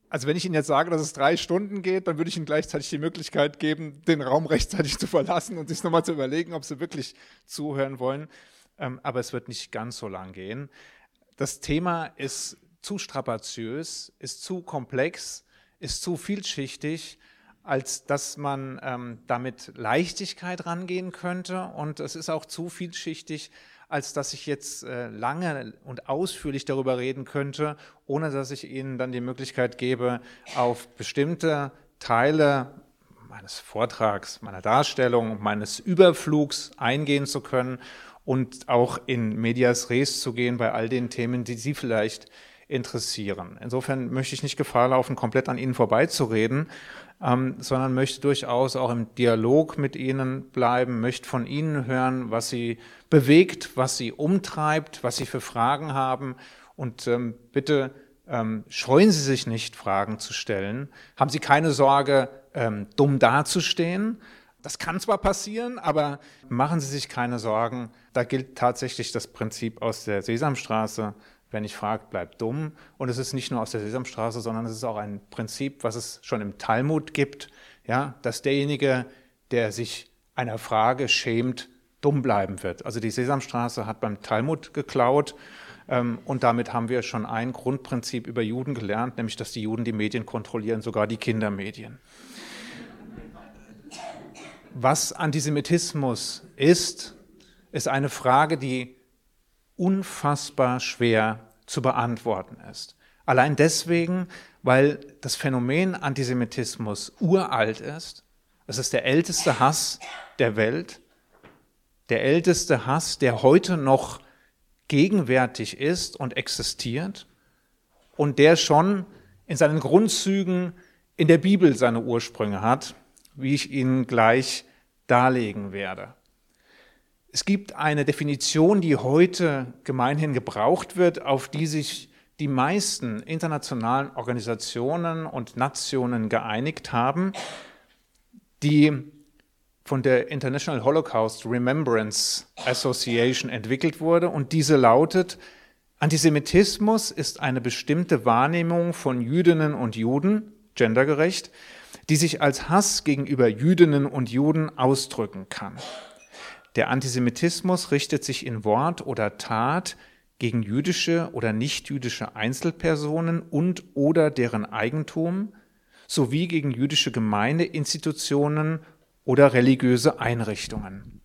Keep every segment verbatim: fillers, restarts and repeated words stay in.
Also wenn ich Ihnen jetzt sage, dass es drei Stunden geht, dann würde ich Ihnen gleichzeitig die Möglichkeit geben, den Raum rechtzeitig zu verlassen und sich nochmal zu überlegen, ob Sie wirklich zuhören wollen. Ähm, aber es wird nicht ganz so lang gehen. Das Thema ist zu strapaziös, ist zu komplex, ist zu vielschichtig, als dass man ähm, damit Leichtigkeit rangehen könnte. Und es ist auch zu vielschichtig, als dass ich jetzt äh, lange und ausführlich darüber reden könnte, ohne dass ich Ihnen dann die Möglichkeit gebe, auf bestimmte Teile meines Vortrags, meiner Darstellung, meines Überflugs eingehen zu können und auch in medias res zu gehen bei all den Themen, die Sie vielleicht interessieren. Insofern möchte ich nicht Gefahr laufen, komplett an Ihnen vorbeizureden, ähm, sondern möchte durchaus auch im Dialog mit Ihnen bleiben, möchte von Ihnen hören, was Sie bewegt, was Sie umtreibt, was Sie für Fragen haben. Und ähm, bitte ähm, scheuen Sie sich nicht, Fragen zu stellen. Haben Sie keine Sorge, ähm, dumm dazustehen. Das kann zwar passieren, aber machen Sie sich keine Sorgen. Da gilt tatsächlich das Prinzip aus der Sesamstraße. Wer nicht fragt, bleibt dumm. Und es ist nicht nur aus der Sesamstraße, sondern es ist auch ein Prinzip, was es schon im Talmud gibt, ja, dass derjenige, der sich einer Frage schämt, dumm bleiben wird. Also die Sesamstraße hat beim Talmud geklaut ähm, und damit haben wir schon ein Grundprinzip über Juden gelernt, nämlich dass die Juden die Medien kontrollieren, sogar die Kindermedien. Was Antisemitismus ist, ist eine Frage, die unfassbar schwer zu beantworten ist. Allein deswegen, weil das Phänomen Antisemitismus uralt ist. Es ist der älteste Hass der Welt, der älteste Hass, der heute noch gegenwärtig ist und existiert und der schon in seinen Grundzügen in der Bibel seine Ursprünge hat, wie ich Ihnen gleich darlegen werde. Es gibt eine Definition, die heute gemeinhin gebraucht wird, auf die sich die meisten internationalen Organisationen und Nationen geeinigt haben, die von der International Holocaust Remembrance Association entwickelt wurde. Und diese lautet: Antisemitismus ist eine bestimmte Wahrnehmung von Jüdinnen und Juden, gendergerecht, die sich als Hass gegenüber Jüdinnen und Juden ausdrücken kann. Der Antisemitismus richtet sich in Wort oder Tat gegen jüdische oder nichtjüdische Einzelpersonen und oder deren Eigentum sowie gegen jüdische Gemeindeinstitutionen oder religiöse Einrichtungen.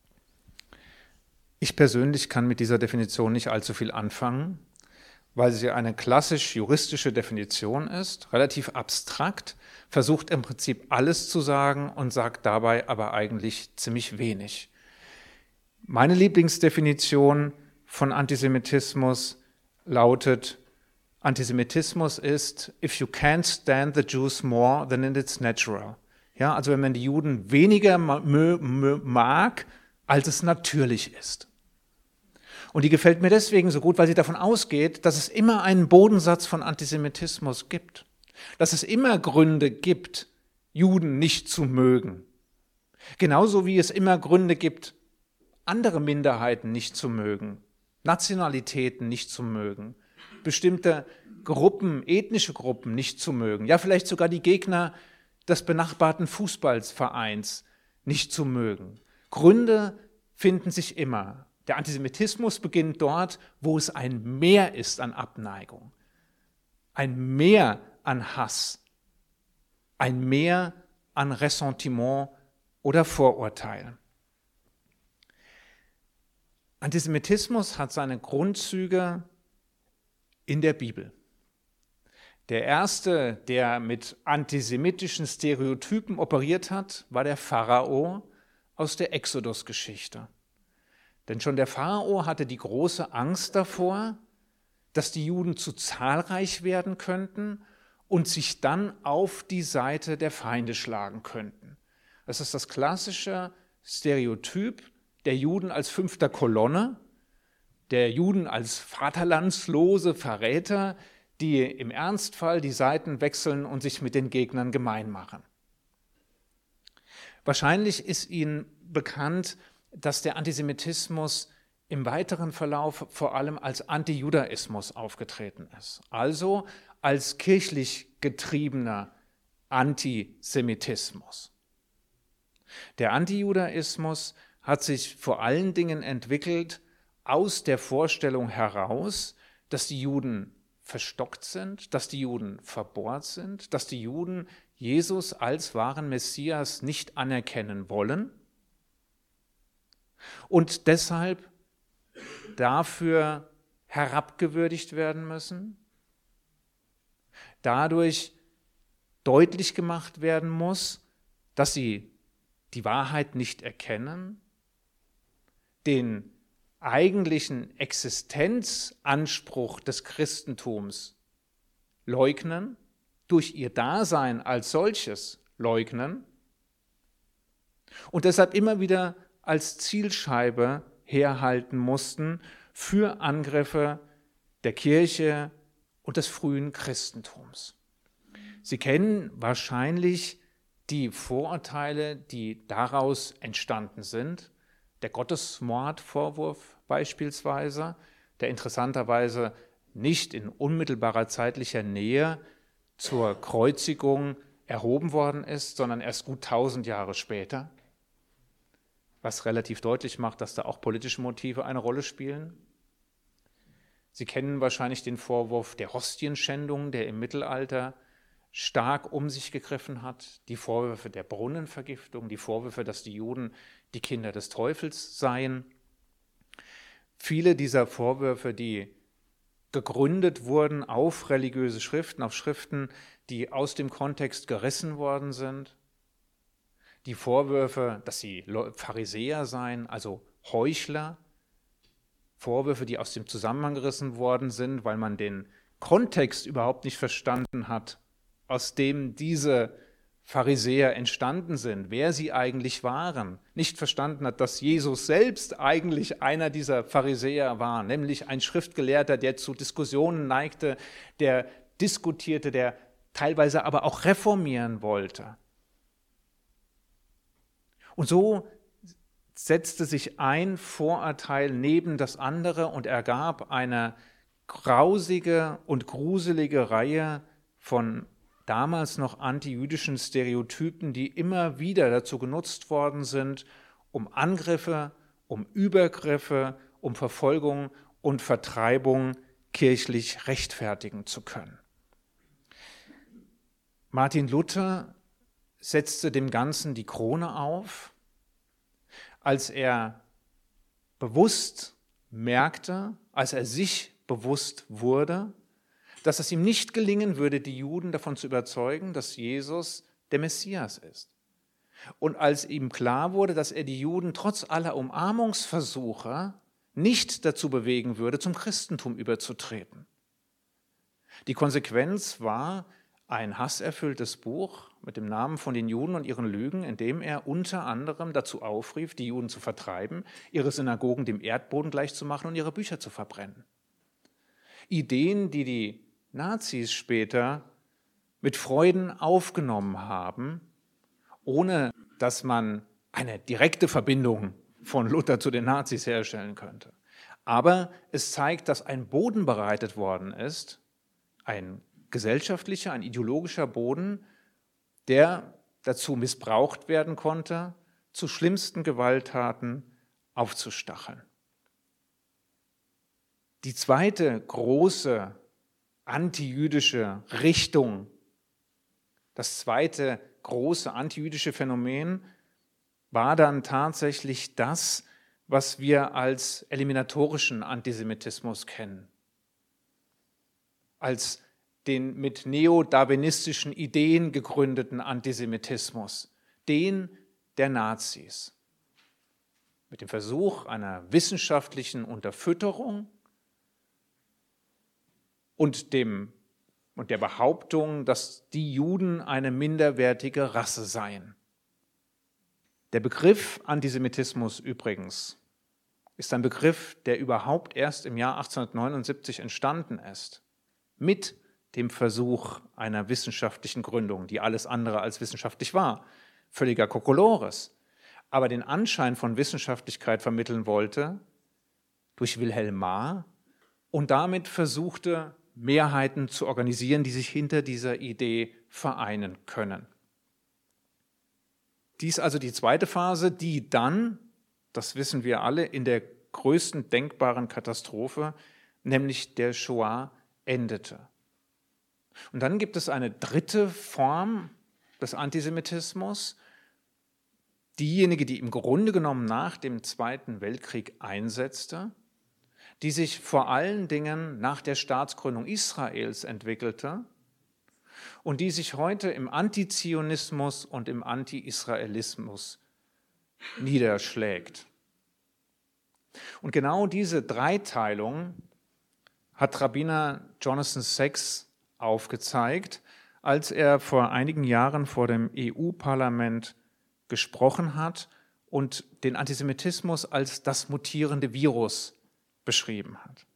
Ich persönlich kann mit dieser Definition nicht allzu viel anfangen, weil sie eine klassisch juristische Definition ist, relativ abstrakt, versucht im Prinzip alles zu sagen und sagt dabei aber eigentlich ziemlich wenig. Meine Lieblingsdefinition von Antisemitismus lautet: Antisemitismus ist, if you can't stand the Jews more, then it's natural. Ja, also wenn man die Juden weniger mag, als es natürlich ist. Und die gefällt mir deswegen so gut, weil sie davon ausgeht, dass es immer einen Bodensatz von Antisemitismus gibt. Dass es immer Gründe gibt, Juden nicht zu mögen. Genauso wie es immer Gründe gibt, andere Minderheiten nicht zu mögen, Nationalitäten nicht zu mögen, bestimmte Gruppen, ethnische Gruppen nicht zu mögen, ja vielleicht sogar die Gegner des benachbarten Fußballvereins nicht zu mögen. Gründe finden sich immer. Der Antisemitismus beginnt dort, wo es ein Mehr ist an Abneigung, ein Mehr an Hass, ein Mehr an Ressentiment oder Vorurteil. Antisemitismus hat seine Grundzüge in der Bibel. Der erste, der mit antisemitischen Stereotypen operiert hat, war der Pharao aus der Exodus-Geschichte. Denn schon der Pharao hatte die große Angst davor, dass die Juden zu zahlreich werden könnten und sich dann auf die Seite der Feinde schlagen könnten. Das ist das klassische Stereotyp der Juden als fünfter Kolonne, der Juden als vaterlandslose Verräter, die im Ernstfall die Seiten wechseln und sich mit den Gegnern gemein machen. Wahrscheinlich ist Ihnen bekannt, dass der Antisemitismus im weiteren Verlauf vor allem als Antijudaismus aufgetreten ist. Also als kirchlich getriebener Antisemitismus. Der Antijudaismus hat sich vor allen Dingen entwickelt aus der Vorstellung heraus, dass die Juden verstockt sind, dass die Juden verbohrt sind, dass die Juden Jesus als wahren Messias nicht anerkennen wollen und deshalb dafür herabgewürdigt werden müssen, dadurch deutlich gemacht werden muss, dass sie die Wahrheit nicht erkennen, den eigentlichen Existenzanspruch des Christentums leugnen, durch ihr Dasein als solches leugnen und deshalb immer wieder als Zielscheibe herhalten mussten für Angriffe der Kirche und des frühen Christentums. Sie kennen wahrscheinlich die Vorurteile, die daraus entstanden sind. Der Gottesmordvorwurf beispielsweise, der interessanterweise nicht in unmittelbarer zeitlicher Nähe zur Kreuzigung erhoben worden ist, sondern erst gut tausend Jahre später, was relativ deutlich macht, dass da auch politische Motive eine Rolle spielen. Sie kennen wahrscheinlich den Vorwurf der Hostienschändung, der im Mittelalter stark um sich gegriffen hat, die Vorwürfe der Brunnenvergiftung, die Vorwürfe, dass die Juden die Kinder des Teufels seien. Viele dieser Vorwürfe, die gegründet wurden auf religiöse Schriften, auf Schriften, die aus dem Kontext gerissen worden sind. Die Vorwürfe, dass sie Pharisäer seien, also Heuchler. Vorwürfe, die aus dem Zusammenhang gerissen worden sind, weil man den Kontext überhaupt nicht verstanden hat, aus dem diese Pharisäer entstanden sind, wer sie eigentlich waren, nicht verstanden hat, dass Jesus selbst eigentlich einer dieser Pharisäer war, nämlich ein Schriftgelehrter, der zu Diskussionen neigte, der diskutierte, der teilweise aber auch reformieren wollte. Und so setzte sich ein Vorurteil neben das andere und ergab eine grausige und gruselige Reihe von damals noch antijüdischen Stereotypen, die immer wieder dazu genutzt worden sind, um Angriffe, um Übergriffe, um Verfolgung und Vertreibung kirchlich rechtfertigen zu können. Martin Luther setzte dem Ganzen die Krone auf, als er bewusst merkte, als er sich bewusst wurde, dass es ihm nicht gelingen würde, die Juden davon zu überzeugen, dass Jesus der Messias ist. Und als ihm klar wurde, dass er die Juden trotz aller Umarmungsversuche nicht dazu bewegen würde, zum Christentum überzutreten. Die Konsequenz war ein hasserfülltes Buch mit dem Namen von den Juden und ihren Lügen, in dem er unter anderem dazu aufrief, die Juden zu vertreiben, ihre Synagogen dem Erdboden gleichzumachen und ihre Bücher zu verbrennen. Ideen, die die Nazis später mit Freuden aufgenommen haben, ohne dass man eine direkte Verbindung von Luther zu den Nazis herstellen könnte. Aber es zeigt, dass ein Boden bereitet worden ist, ein gesellschaftlicher, ein ideologischer Boden, der dazu missbraucht werden konnte, zu schlimmsten Gewalttaten aufzustacheln. Die zweite große antijüdische Richtung, das zweite große antijüdische Phänomen war dann tatsächlich das, was wir als eliminatorischen Antisemitismus kennen, als den mit neodarwinistischen Ideen gegründeten Antisemitismus, den der Nazis, mit dem Versuch einer wissenschaftlichen Unterfütterung und, dem, und der Behauptung, dass die Juden eine minderwertige Rasse seien. Der Begriff Antisemitismus übrigens ist ein Begriff, der überhaupt erst im Jahr achtzehnhundertneunundsiebzig entstanden ist, mit dem Versuch einer wissenschaftlichen Gründung, die alles andere als wissenschaftlich war, völliger Kokolores, aber den Anschein von Wissenschaftlichkeit vermitteln wollte durch Wilhelm Marr und damit versuchte, Mehrheiten zu organisieren, die sich hinter dieser Idee vereinen können. Dies also die zweite Phase, die dann, das wissen wir alle, in der größten denkbaren Katastrophe, nämlich der Shoah, endete. Und dann gibt es eine dritte Form des Antisemitismus, diejenige, die im Grunde genommen nach dem Zweiten Weltkrieg einsetzte, die sich vor allen Dingen nach der Staatsgründung Israels entwickelte und die sich heute im Antizionismus und im Anti-Israelismus niederschlägt. Und genau diese Dreiteilung hat Rabbiner Jonathan Sacks aufgezeigt, als er vor einigen Jahren vor dem E U-Parlament gesprochen hat und den Antisemitismus als das mutierende Virus beschrieben hat.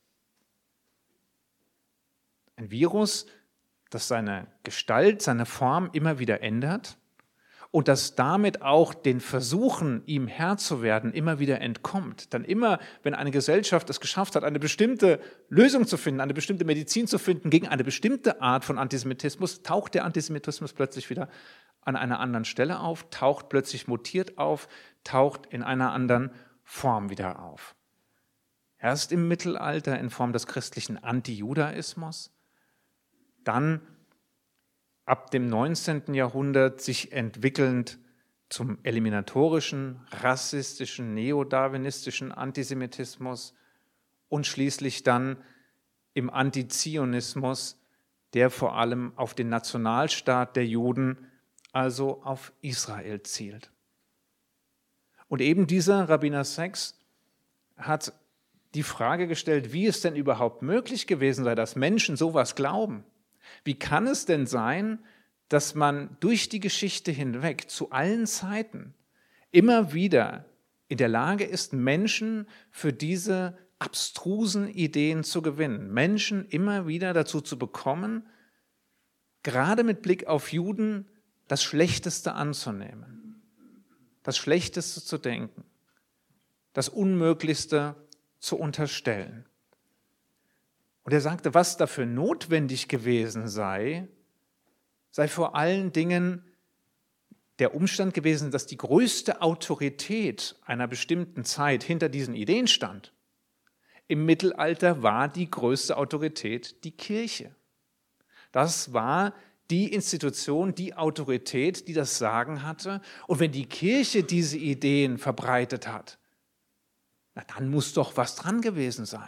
Ein Virus, das seine Gestalt, seine Form immer wieder ändert und das damit auch den Versuchen, ihm Herr zu werden, immer wieder entkommt. Dann immer, wenn eine Gesellschaft es geschafft hat, eine bestimmte Lösung zu finden, eine bestimmte Medizin zu finden gegen eine bestimmte Art von Antisemitismus, taucht der Antisemitismus plötzlich wieder an einer anderen Stelle auf, taucht plötzlich mutiert auf, taucht in einer anderen Form wieder auf. Erst im Mittelalter in Form des christlichen Antijudaismus, dann ab dem neunzehnten Jahrhundert sich entwickelnd zum eliminatorischen, rassistischen, neodarwinistischen Antisemitismus und schließlich dann im Antizionismus, der vor allem auf den Nationalstaat der Juden, also auf Israel zielt. Und eben dieser Rabbiner Sacks hat die Frage gestellt, wie es denn überhaupt möglich gewesen sei, dass Menschen sowas glauben. Wie kann es denn sein, dass man durch die Geschichte hinweg zu allen Zeiten immer wieder in der Lage ist, Menschen für diese abstrusen Ideen zu gewinnen, Menschen immer wieder dazu zu bekommen, gerade mit Blick auf Juden das Schlechteste anzunehmen, das Schlechteste zu denken, das Unmöglichste zu unterstellen. Und er sagte, was dafür notwendig gewesen sei, sei vor allen Dingen der Umstand gewesen, dass die größte Autorität einer bestimmten Zeit hinter diesen Ideen stand. Im Mittelalter war die größte Autorität die Kirche. Das war die Institution, die Autorität, die das Sagen hatte. Und wenn die Kirche diese Ideen verbreitet hat, na dann muss doch was dran gewesen sein.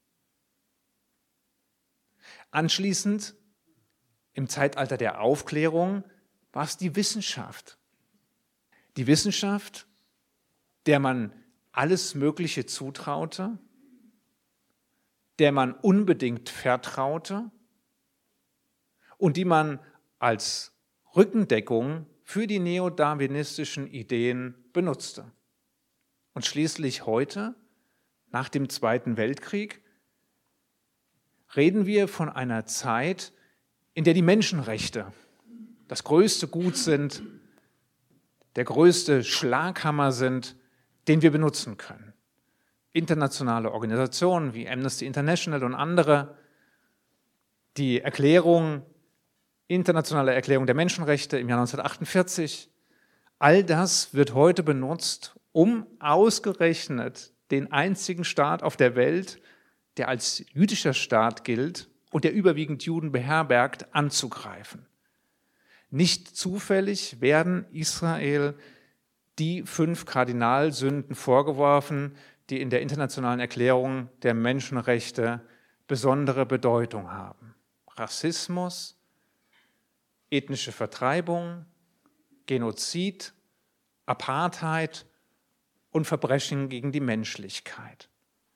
Anschließend, im Zeitalter der Aufklärung, war es die Wissenschaft. Die Wissenschaft, der man alles Mögliche zutraute, der man unbedingt vertraute und die man als Rückendeckung für die neodarwinistischen Ideen benutzte. Und schließlich heute, nach dem Zweiten Weltkrieg, reden wir von einer Zeit, in der die Menschenrechte das größte Gut sind, der größte Schlaghammer sind, den wir benutzen können. Internationale Organisationen wie Amnesty International und andere, die Erklärung, internationale Erklärung der Menschenrechte im Jahr neunzehnhundertachtundvierzig, all das wird heute benutzt, um ausgerechnet den einzigen Staat auf der Welt, der als jüdischer Staat gilt und der überwiegend Juden beherbergt, anzugreifen. Nicht zufällig werden Israel die fünf Kardinalsünden vorgeworfen, die in der internationalen Erklärung der Menschenrechte besondere Bedeutung haben. Rassismus, ethnische Vertreibung, Genozid, Apartheid und Verbrechen gegen die Menschlichkeit.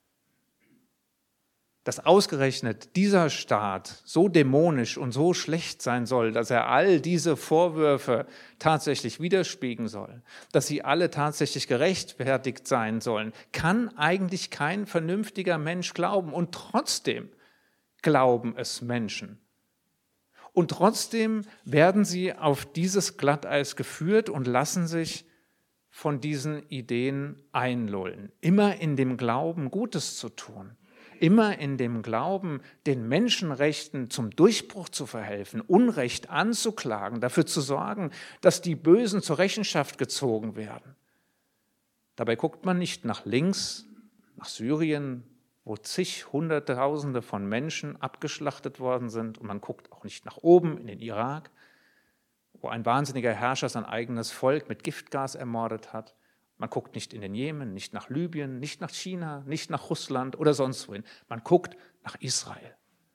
Dass ausgerechnet dieser Staat so dämonisch und so schlecht sein soll, dass er all diese Vorwürfe tatsächlich widerspiegeln soll, dass sie alle tatsächlich gerechtfertigt sein sollen, kann eigentlich kein vernünftiger Mensch glauben. Und trotzdem glauben es Menschen. Und trotzdem werden sie auf dieses Glatteis geführt und lassen sich von diesen Ideen einlullen, immer in dem Glauben, Gutes zu tun. immer in dem Glauben, den Menschenrechten zum Durchbruch zu verhelfen, Unrecht anzuklagen, dafür zu sorgen, dass die Bösen zur Rechenschaft gezogen werden. Dabei guckt man nicht nach links, nach Syrien, wo zig Hunderttausende von Menschen abgeschlachtet worden sind, und man guckt auch nicht nach oben in den Irak, wo ein wahnsinniger Herrscher sein eigenes Volk mit Giftgas ermordet hat. Man guckt nicht in den Jemen, nicht nach Libyen, nicht nach China, nicht nach Russland oder sonst wohin. Man guckt nach Israel.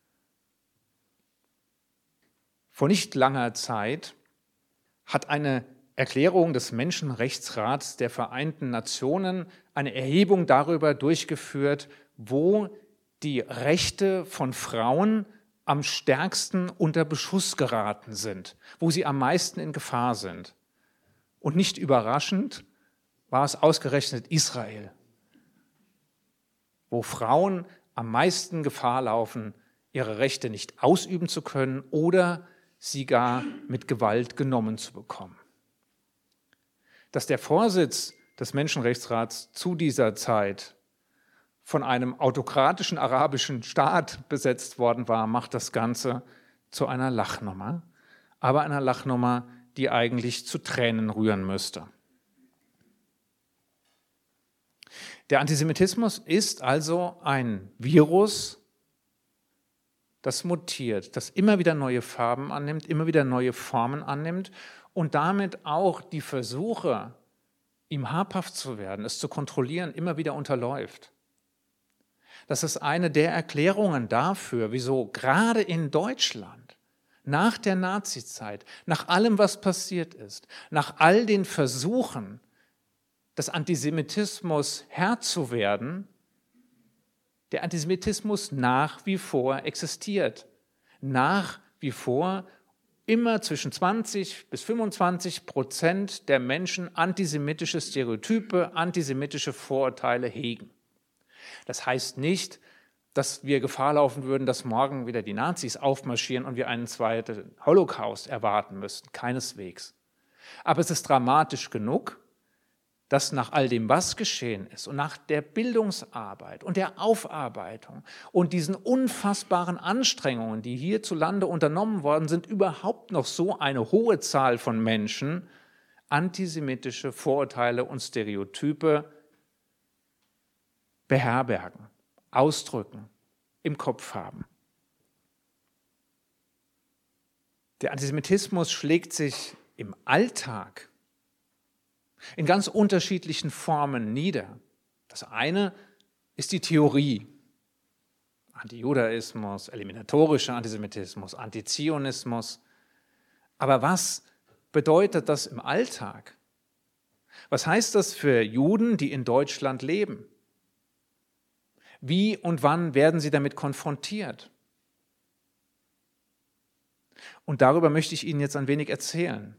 Vor nicht langer Zeit hat eine Erklärung des Menschenrechtsrats der Vereinten Nationen eine Erhebung darüber durchgeführt, wo die Rechte von Frauen am stärksten unter Beschuss geraten sind, wo sie am meisten in Gefahr sind. Und nicht überraschend war es ausgerechnet Israel, wo Frauen am meisten Gefahr laufen, ihre Rechte nicht ausüben zu können oder sie gar mit Gewalt genommen zu bekommen. Dass der Vorsitz des Menschenrechtsrats zu dieser Zeit von einem autokratischen arabischen Staat besetzt worden war, macht das Ganze zu einer Lachnummer, aber einer Lachnummer, die eigentlich zu Tränen rühren müsste. Der Antisemitismus ist also ein Virus, das mutiert, das immer wieder neue Farben annimmt, immer wieder neue Formen annimmt und damit auch die Versuche, ihm habhaft zu werden, es zu kontrollieren, immer wieder unterläuft. Das ist eine der Erklärungen dafür, wieso gerade in Deutschland nach der Nazizeit, nach allem, was passiert ist, nach all den Versuchen, des Antisemitismus Herr zu werden, der Antisemitismus nach wie vor existiert. Nach wie vor immer zwischen zwanzig bis fünfundzwanzig Prozent der Menschen antisemitische Stereotype, antisemitische Vorurteile hegen. Das heißt nicht, dass wir Gefahr laufen würden, dass morgen wieder die Nazis aufmarschieren und wir einen zweiten Holocaust erwarten müssten. Keineswegs. Aber es ist dramatisch genug, dass nach all dem, was geschehen ist und nach der Bildungsarbeit und der Aufarbeitung und diesen unfassbaren Anstrengungen, die hierzulande unternommen worden sind, überhaupt noch so eine hohe Zahl von Menschen antisemitische Vorurteile und Stereotype beherbergen, ausdrücken, im Kopf haben. Der Antisemitismus schlägt sich im Alltag in ganz unterschiedlichen Formen nieder. Das eine ist die Theorie. Antijudaismus, eliminatorischer Antisemitismus, Antizionismus. Aber was bedeutet das im Alltag? Was heißt das für Juden, die in Deutschland leben? Wie und wann werden sie damit konfrontiert? Und darüber möchte ich Ihnen jetzt ein wenig erzählen.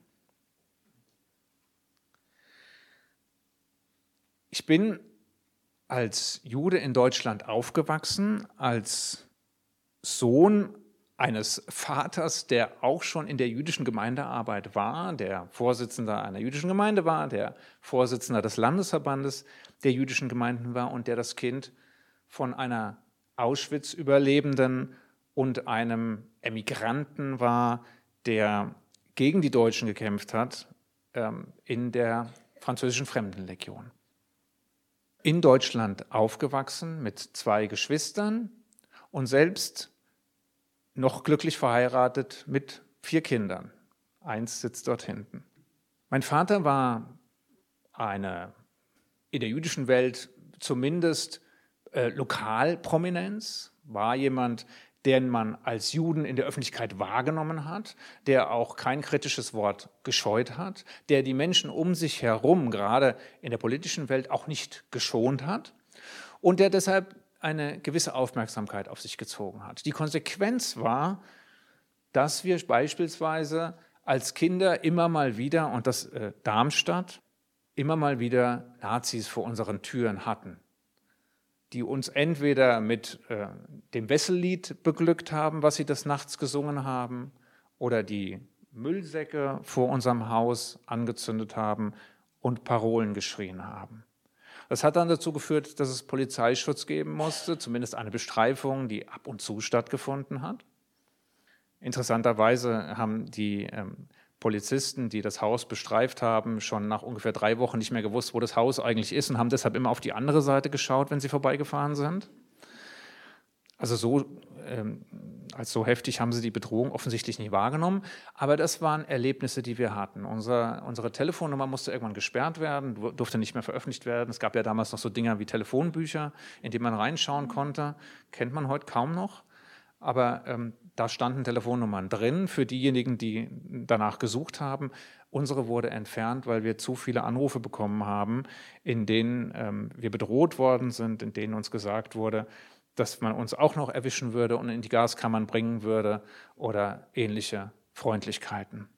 Ich bin als Jude in Deutschland aufgewachsen, als Sohn eines Vaters, der auch schon in der jüdischen Gemeindearbeit war, der Vorsitzender einer jüdischen Gemeinde war, der Vorsitzender des Landesverbandes der jüdischen Gemeinden war und der das Kind von einer Auschwitz-Überlebenden und einem Emigranten war, der gegen die Deutschen gekämpft hat in der französischen Fremdenlegion. In Deutschland aufgewachsen mit zwei Geschwistern und selbst noch glücklich verheiratet mit vier Kindern. Eins sitzt dort hinten. Mein Vater war eine in der jüdischen Welt zumindest äh, Lokalprominenz, war jemand, den man als Juden in der Öffentlichkeit wahrgenommen hat, der auch kein kritisches Wort gescheut hat, der die Menschen um sich herum, gerade in der politischen Welt, auch nicht geschont hat und der deshalb eine gewisse Aufmerksamkeit auf sich gezogen hat. Die Konsequenz war, dass wir beispielsweise als Kinder immer mal wieder, und das äh, Darmstadt, immer mal wieder Nazis vor unseren Türen hatten, die uns entweder mit äh, dem Wessellied beglückt haben, was sie des Nachts gesungen haben, oder die Müllsäcke vor unserem Haus angezündet haben und Parolen geschrien haben. Das hat dann dazu geführt, dass es Polizeischutz geben musste, zumindest eine Bestreifung, die ab und zu stattgefunden hat. Interessanterweise haben die ähm, Polizisten, die das Haus bestreift haben, schon nach ungefähr drei Wochen nicht mehr gewusst, wo das Haus eigentlich ist und haben deshalb immer auf die andere Seite geschaut, wenn sie vorbeigefahren sind. Also so, ähm, als so heftig haben sie die Bedrohung offensichtlich nicht wahrgenommen, aber das waren Erlebnisse, die wir hatten. Unser, unsere Telefonnummer musste irgendwann gesperrt werden, durfte nicht mehr veröffentlicht werden. Es gab ja damals noch so Dinger wie Telefonbücher, in die man reinschauen konnte, kennt man heute kaum noch, aber ähm, da standen Telefonnummern drin für diejenigen, die danach gesucht haben. Unsere wurde entfernt, weil wir zu viele Anrufe bekommen haben, in denen ähm, wir bedroht worden sind, in denen uns gesagt wurde, dass man uns auch noch erwischen würde und in die Gaskammern bringen würde oder ähnliche Freundlichkeiten.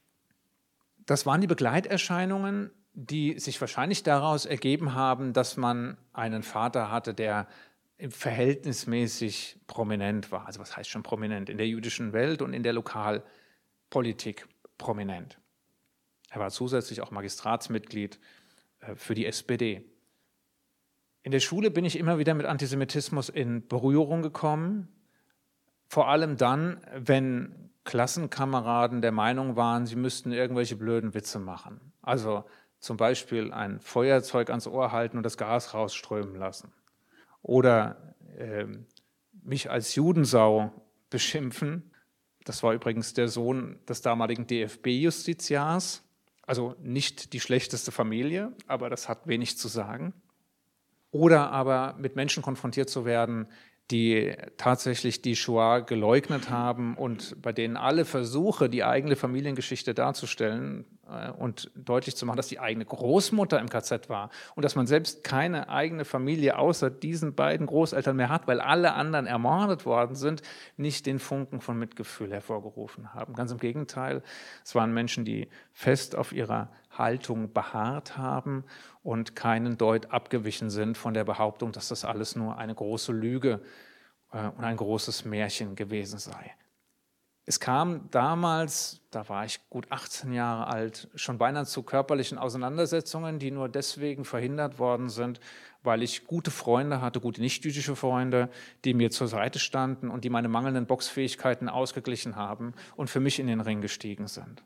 Das waren die Begleiterscheinungen, die sich wahrscheinlich daraus ergeben haben, dass man einen Vater hatte, der verhältnismäßig prominent war. Also was heißt schon prominent? In der jüdischen Welt und in der Lokalpolitik prominent. Er war zusätzlich auch Magistratsmitglied für die S P D. In der Schule bin ich immer wieder mit Antisemitismus in Berührung gekommen, vor allem dann, wenn Klassenkameraden der Meinung waren, sie müssten irgendwelche blöden Witze machen. Also zum Beispiel ein Feuerzeug ans Ohr halten und das Gas rausströmen lassen. Oder äh, mich als Judensau beschimpfen. Das war übrigens der Sohn des damaligen D F B-Justiziars. Also nicht die schlechteste Familie, aber das hat wenig zu sagen. Oder aber mit Menschen konfrontiert zu werden, die tatsächlich die Shoah geleugnet haben und bei denen alle Versuche, die eigene Familiengeschichte darzustellen äh, und deutlich zu machen, dass die eigene Großmutter im K Z war und dass man selbst keine eigene Familie außer diesen beiden Großeltern mehr hat, weil alle anderen ermordet worden sind, nicht den Funken von Mitgefühl hervorgerufen haben. Ganz im Gegenteil, es waren Menschen, die fest auf ihrer Haltung beharrt haben und keinen Deut abgewichen sind von der Behauptung, dass das alles nur eine große Lüge äh, und ein großes Märchen gewesen sei. Es kam damals, da war ich gut achtzehn Jahre alt, schon beinahe zu körperlichen Auseinandersetzungen, die nur deswegen verhindert worden sind, weil ich gute Freunde hatte, gute nichtjüdische Freunde, die mir zur Seite standen und die meine mangelnden Boxfähigkeiten ausgeglichen haben und für mich in den Ring gestiegen sind.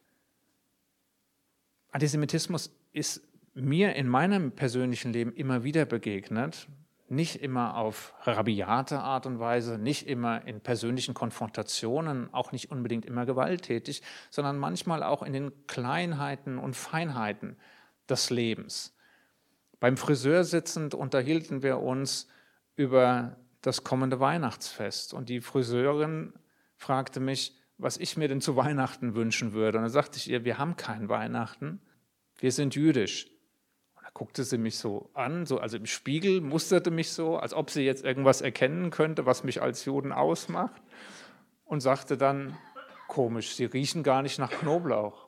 Antisemitismus ist mir in meinem persönlichen Leben immer wieder begegnet, nicht immer auf rabiate Art und Weise, nicht immer in persönlichen Konfrontationen, auch nicht unbedingt immer gewalttätig, sondern manchmal auch in den Kleinheiten und Feinheiten des Lebens. Beim Friseur sitzend unterhielten wir uns über das kommende Weihnachtsfest und die Friseurin fragte mich, was ich mir denn zu Weihnachten wünschen würde. Und dann sagte ich ihr, wir haben kein Weihnachten, wir sind jüdisch. Und da guckte sie mich so an, so, also im Spiegel, musterte mich so, als ob sie jetzt irgendwas erkennen könnte, was mich als Juden ausmacht und sagte dann, komisch, Sie riechen gar nicht nach Knoblauch.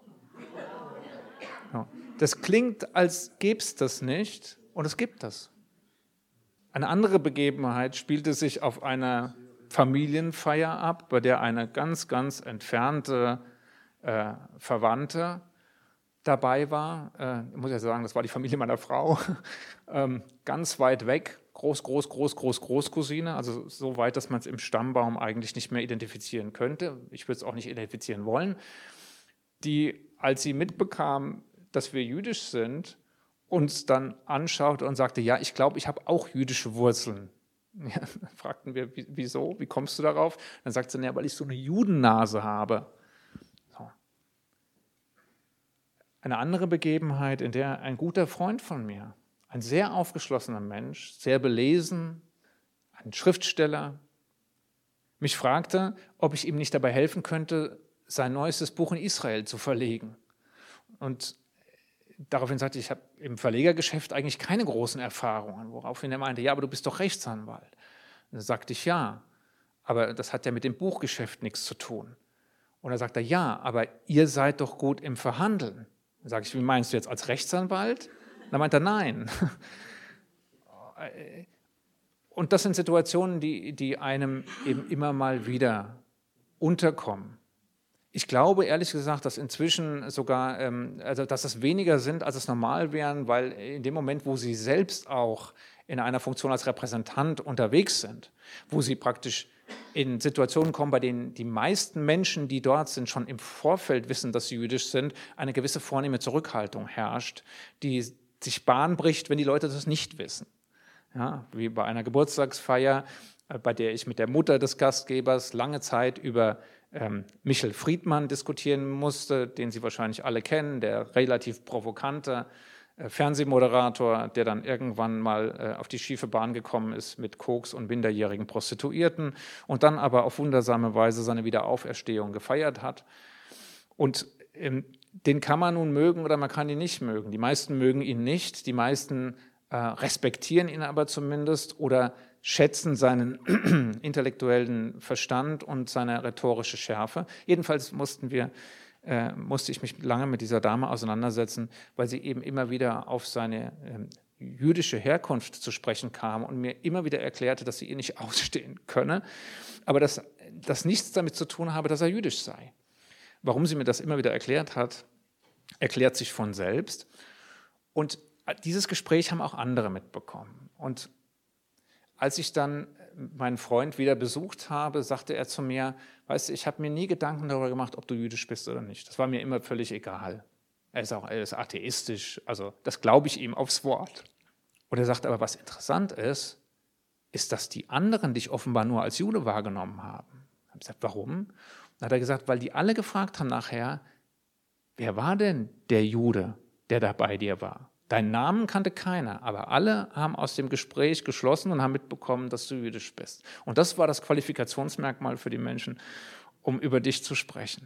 Ja. Das klingt, als gäbe es das nicht und es gibt das. Eine andere Begebenheit spielte sich auf einer Familienfeier ab, bei der eine ganz, ganz entfernte äh, Verwandte dabei war. Äh, ich muss ja sagen, das war die Familie meiner Frau, ähm, ganz weit weg, Groß, Groß, Groß, Groß, Großcousine, also so weit, dass man es im Stammbaum eigentlich nicht mehr identifizieren könnte. Ich würde es auch nicht identifizieren wollen. Die, als sie mitbekam, dass wir jüdisch sind, uns dann anschaute und sagte, ja, ich glaube, ich habe auch jüdische Wurzeln. Ja, dann fragten wir, wieso, wie kommst du darauf? Dann sagt sie, ja, weil ich so eine Judennase habe. So. Eine andere Begebenheit, in der ein guter Freund von mir, ein sehr aufgeschlossener Mensch, sehr belesen, ein Schriftsteller, mich fragte, ob ich ihm nicht dabei helfen könnte, sein neuestes Buch in Israel zu verlegen. Und daraufhin sagte ich, ich habe im Verlegergeschäft eigentlich keine großen Erfahrungen, woraufhin er meinte, ja, aber du bist doch Rechtsanwalt. Und dann sagte ich, ja, aber das hat ja mit dem Buchgeschäft nichts zu tun. Und dann sagt er, ja, aber ihr seid doch gut im Verhandeln. Dann sage ich, wie meinst du jetzt, als Rechtsanwalt? Dann meint er, nein. Und das sind Situationen, die, die einem eben immer mal wieder unterkommen. Ich glaube ehrlich gesagt, dass inzwischen sogar, ähm, also dass es weniger sind, als es normal wären, weil in dem Moment, wo sie selbst auch in einer Funktion als Repräsentant unterwegs sind, wo sie praktisch in Situationen kommen, bei denen die meisten Menschen, die dort sind, schon im Vorfeld wissen, dass sie jüdisch sind, eine gewisse vornehme Zurückhaltung herrscht, die sich Bahn bricht, wenn die Leute das nicht wissen. Ja, wie bei einer Geburtstagsfeier, äh, bei der ich mit der Mutter des Gastgebers lange Zeit über ähm, Michel Friedmann diskutieren musste, den Sie wahrscheinlich alle kennen, der relativ provokante äh, Fernsehmoderator, der dann irgendwann mal äh, auf die schiefe Bahn gekommen ist mit Koks und minderjährigen Prostituierten und dann aber auf wundersame Weise seine Wiederauferstehung gefeiert hat. Und ähm, den kann man nun mögen oder man kann ihn nicht mögen. Die meisten mögen ihn nicht, die meisten äh, respektieren ihn aber zumindest oder schätzen seinen intellektuellen Verstand und seine rhetorische Schärfe. Jedenfalls mussten wir, äh, musste ich mich lange mit dieser Dame auseinandersetzen, weil sie eben immer wieder auf seine ähm, jüdische Herkunft zu sprechen kam und mir immer wieder erklärte, dass sie ihn nicht ausstehen könne, aber dass das nichts damit zu tun habe, dass er jüdisch sei. Warum sie mir das immer wieder erklärt hat, erklärt sich von selbst. Und dieses Gespräch haben auch andere mitbekommen. Und als ich dann meinen Freund wieder besucht habe, sagte er zu mir, weißt du, ich habe mir nie Gedanken darüber gemacht, ob du jüdisch bist oder nicht. Das war mir immer völlig egal. Er ist auch er ist atheistisch, also das glaube ich ihm aufs Wort. Und er sagte, aber was interessant ist, ist, dass die anderen dich offenbar nur als Jude wahrgenommen haben. Ich habe gesagt, warum? Dann hat er gesagt, weil die alle gefragt haben nachher, wer war denn der Jude, der da bei dir war? Deinen Namen kannte keiner, aber alle haben aus dem Gespräch geschlossen und haben mitbekommen, dass du jüdisch bist. Und das war das Qualifikationsmerkmal für die Menschen, um über dich zu sprechen.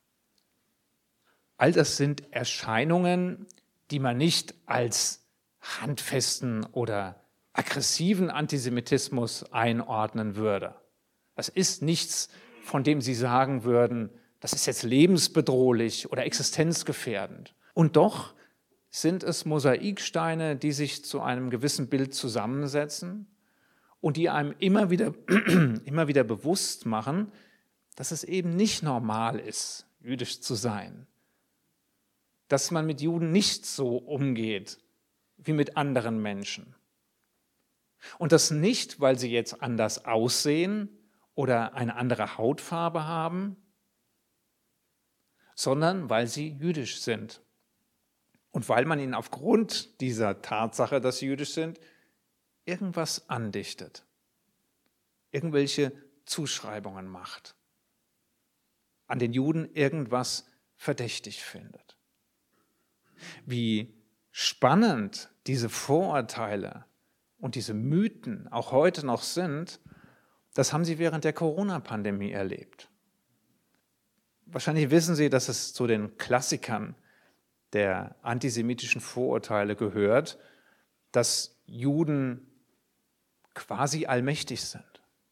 All das sind Erscheinungen, die man nicht als handfesten oder aggressiven Antisemitismus einordnen würde. Das ist nichts, von dem Sie sagen würden, das ist jetzt lebensbedrohlich oder existenzgefährdend. Und doch sind es Mosaiksteine, die sich zu einem gewissen Bild zusammensetzen und die einem immer wieder, immer wieder bewusst machen, dass es eben nicht normal ist, jüdisch zu sein. Dass man mit Juden nicht so umgeht wie mit anderen Menschen. Und das nicht, weil sie jetzt anders aussehen oder eine andere Hautfarbe haben, sondern weil sie jüdisch sind. Und weil man ihnen aufgrund dieser Tatsache, dass sie jüdisch sind, irgendwas andichtet, irgendwelche Zuschreibungen macht, an den Juden irgendwas verdächtig findet. Wie spannend diese Vorurteile und diese Mythen auch heute noch sind, das haben Sie während der Corona-Pandemie erlebt. Wahrscheinlich wissen Sie, dass es zu den Klassikern der antisemitischen Vorurteile gehört, dass Juden quasi allmächtig sind.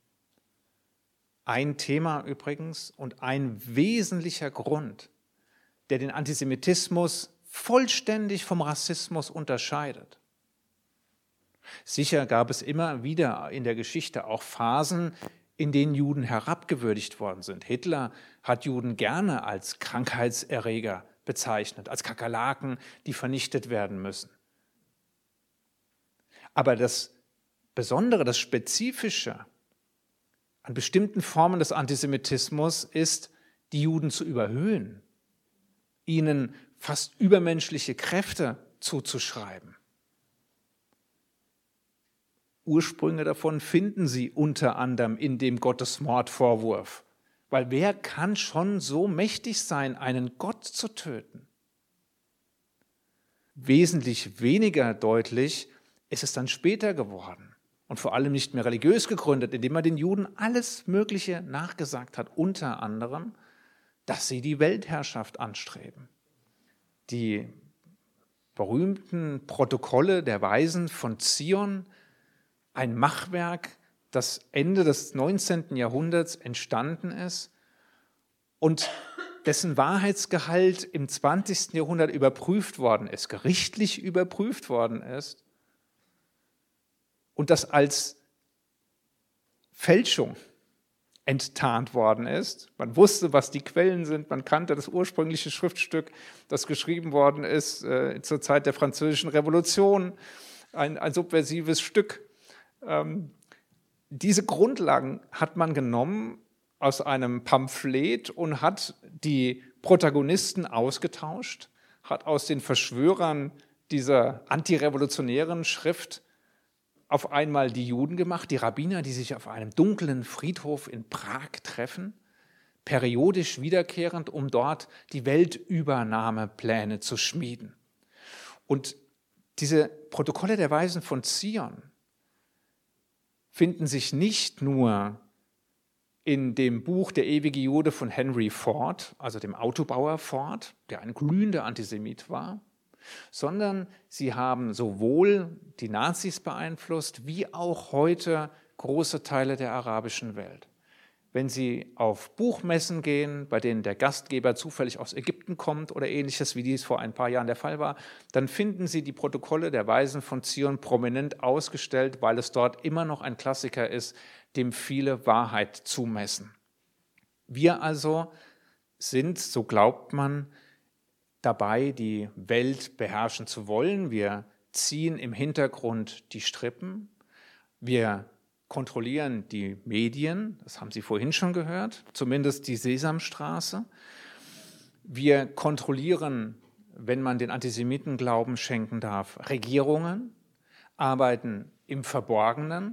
Ein Thema übrigens und ein wesentlicher Grund, der den Antisemitismus vollständig vom Rassismus unterscheidet. Sicher gab es immer wieder in der Geschichte auch Phasen, in denen Juden herabgewürdigt worden sind. Hitler hat Juden gerne als Krankheitserreger bezeichnet, als Kakerlaken, die vernichtet werden müssen. Aber das Besondere, das Spezifische an bestimmten Formen des Antisemitismus ist, die Juden zu überhöhen, ihnen fast übermenschliche Kräfte zuzuschreiben. Ursprünge davon finden Sie unter anderem in dem Gottesmordvorwurf. Weil wer kann schon so mächtig sein, einen Gott zu töten? Wesentlich weniger deutlich ist es dann später geworden und vor allem nicht mehr religiös gegründet, indem man den Juden alles Mögliche nachgesagt hat, unter anderem, dass sie die Weltherrschaft anstreben. Die berühmten Protokolle der Weisen von Zion, ein Machwerk, das Ende des neunzehnten Jahrhunderts entstanden ist und dessen Wahrheitsgehalt im zwanzigsten Jahrhundert überprüft worden ist, gerichtlich überprüft worden ist und das als Fälschung enttarnt worden ist. Man wusste, was die Quellen sind, man kannte das ursprüngliche Schriftstück, das geschrieben worden ist äh, zur Zeit der Französischen Revolution, ein, ein subversives Stück. Ähm, diese Grundlagen hat man genommen aus einem Pamphlet und hat die Protagonisten ausgetauscht, hat aus den Verschwörern dieser antirevolutionären Schrift auf einmal die Juden gemacht, die Rabbiner, die sich auf einem dunklen Friedhof in Prag treffen, periodisch wiederkehrend, um dort die Weltübernahmepläne zu schmieden. Und diese Protokolle der Weisen von Zion finden sich nicht nur in dem Buch Der ewige Jude von Henry Ford, also dem Autobauer Ford, der ein glühender Antisemit war, sondern sie haben sowohl die Nazis beeinflusst, wie auch heute große Teile der arabischen Welt. Wenn Sie auf Buchmessen gehen, bei denen der Gastgeber zufällig aus Ägypten kommt oder ähnliches, wie dies vor ein paar Jahren der Fall war, dann finden Sie die Protokolle der Weisen von Zion prominent ausgestellt, weil es dort immer noch ein Klassiker ist, dem viele Wahrheit zumessen. Wir also sind, so glaubt man, dabei, die Welt beherrschen zu wollen. Wir ziehen im Hintergrund die Strippen. Wir kontrollieren die Medien, das haben Sie vorhin schon gehört, zumindest die Sesamstraße. Wir kontrollieren, wenn man den Antisemiten Glauben schenken darf, Regierungen, arbeiten im Verborgenen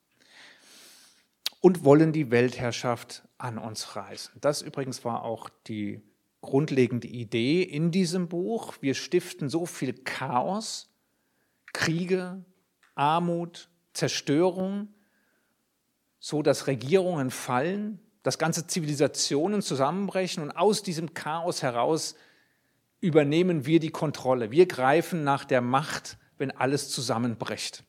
und wollen die Weltherrschaft an uns reißen. Das übrigens war auch die grundlegende Idee in diesem Buch. Wir stiften so viel Chaos, Kriege, Armut, Zerstörung, so dass Regierungen fallen, dass ganze Zivilisationen zusammenbrechen und aus diesem Chaos heraus übernehmen wir die Kontrolle. Wir greifen nach der Macht, wenn alles zusammenbricht.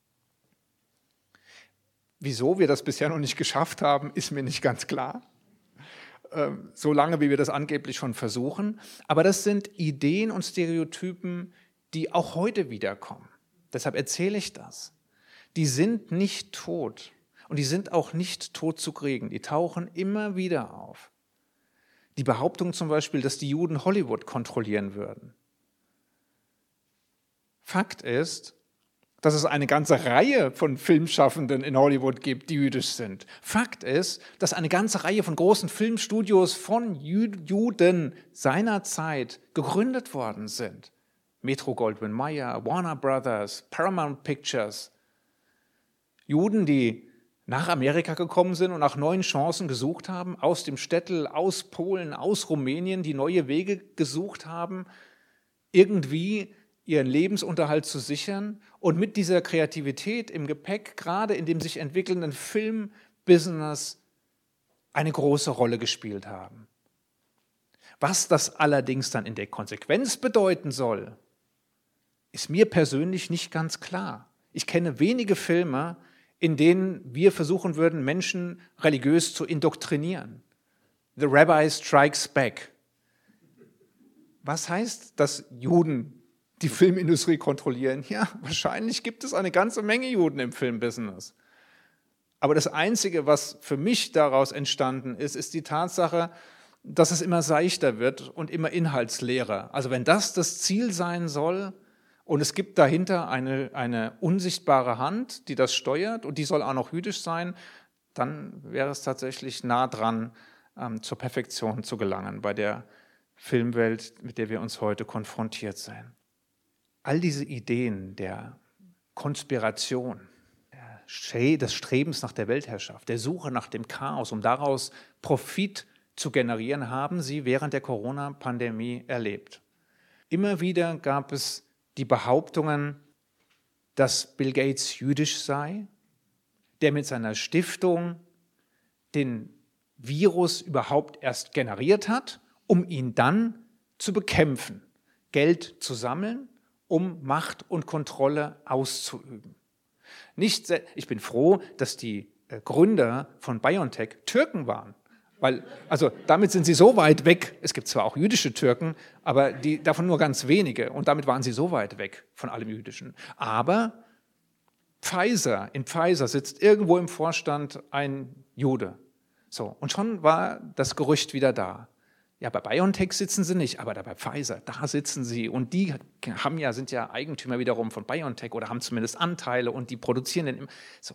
Wieso wir das bisher noch nicht geschafft haben, ist mir nicht ganz klar. So lange, wie wir das angeblich schon versuchen. Aber das sind Ideen und Stereotypen, die auch heute wiederkommen. Deshalb erzähle ich das. Die sind nicht tot und die sind auch nicht tot zu kriegen. Die tauchen immer wieder auf. Die Behauptung zum Beispiel, dass die Juden Hollywood kontrollieren würden. Fakt ist, dass es eine ganze Reihe von Filmschaffenden in Hollywood gibt, die jüdisch sind. Fakt ist, dass eine ganze Reihe von großen Filmstudios von Juden seinerzeit gegründet worden sind. Metro-Goldwyn-Mayer, Warner Brothers, Paramount Pictures. Juden, die nach Amerika gekommen sind und nach neuen Chancen gesucht haben, aus dem Städtel, aus Polen, aus Rumänien, die neue Wege gesucht haben, irgendwie ihren Lebensunterhalt zu sichern und mit dieser Kreativität im Gepäck, gerade in dem sich entwickelnden Filmbusiness, eine große Rolle gespielt haben. Was das allerdings dann in der Konsequenz bedeuten soll, ist mir persönlich nicht ganz klar. Ich kenne wenige Filme, in denen wir versuchen würden, Menschen religiös zu indoktrinieren. The Rabbi Strikes Back. Was heißt, dass Juden die Filmindustrie kontrollieren? Ja, wahrscheinlich gibt es eine ganze Menge Juden im Filmbusiness. Aber das Einzige, was für mich daraus entstanden ist, ist die Tatsache, dass es immer seichter wird und immer inhaltsleerer. Also wenn das das Ziel sein soll und es gibt dahinter eine, eine unsichtbare Hand, die das steuert und die soll auch noch jüdisch sein, dann wäre es tatsächlich nah dran, ähm, zur Perfektion zu gelangen bei der Filmwelt, mit der wir uns heute konfrontiert sehen. All diese Ideen der Konspiration, des Strebens nach der Weltherrschaft, der Suche nach dem Chaos, um daraus Profit zu generieren, haben sie während der Corona-Pandemie erlebt. Immer wieder gab es die Behauptungen, dass Bill Gates jüdisch sei, der mit seiner Stiftung den Virus überhaupt erst generiert hat, um ihn dann zu bekämpfen, Geld zu sammeln, um Macht und Kontrolle auszuüben. Nicht, ich bin froh, dass die Gründer von BioNTech Türken waren, weil also damit sind sie so weit weg, es gibt zwar auch jüdische Türken, aber die, davon nur ganz wenige und damit waren sie so weit weg von allem Jüdischen. Aber Pfizer, in Pfizer sitzt irgendwo im Vorstand ein Jude. So, und schon war das Gerücht wieder da. Ja, bei BioNTech sitzen sie nicht, aber da bei Pfizer, da sitzen sie. Und die haben ja, sind ja Eigentümer wiederum von BioNTech oder haben zumindest Anteile und die produzieren den. So.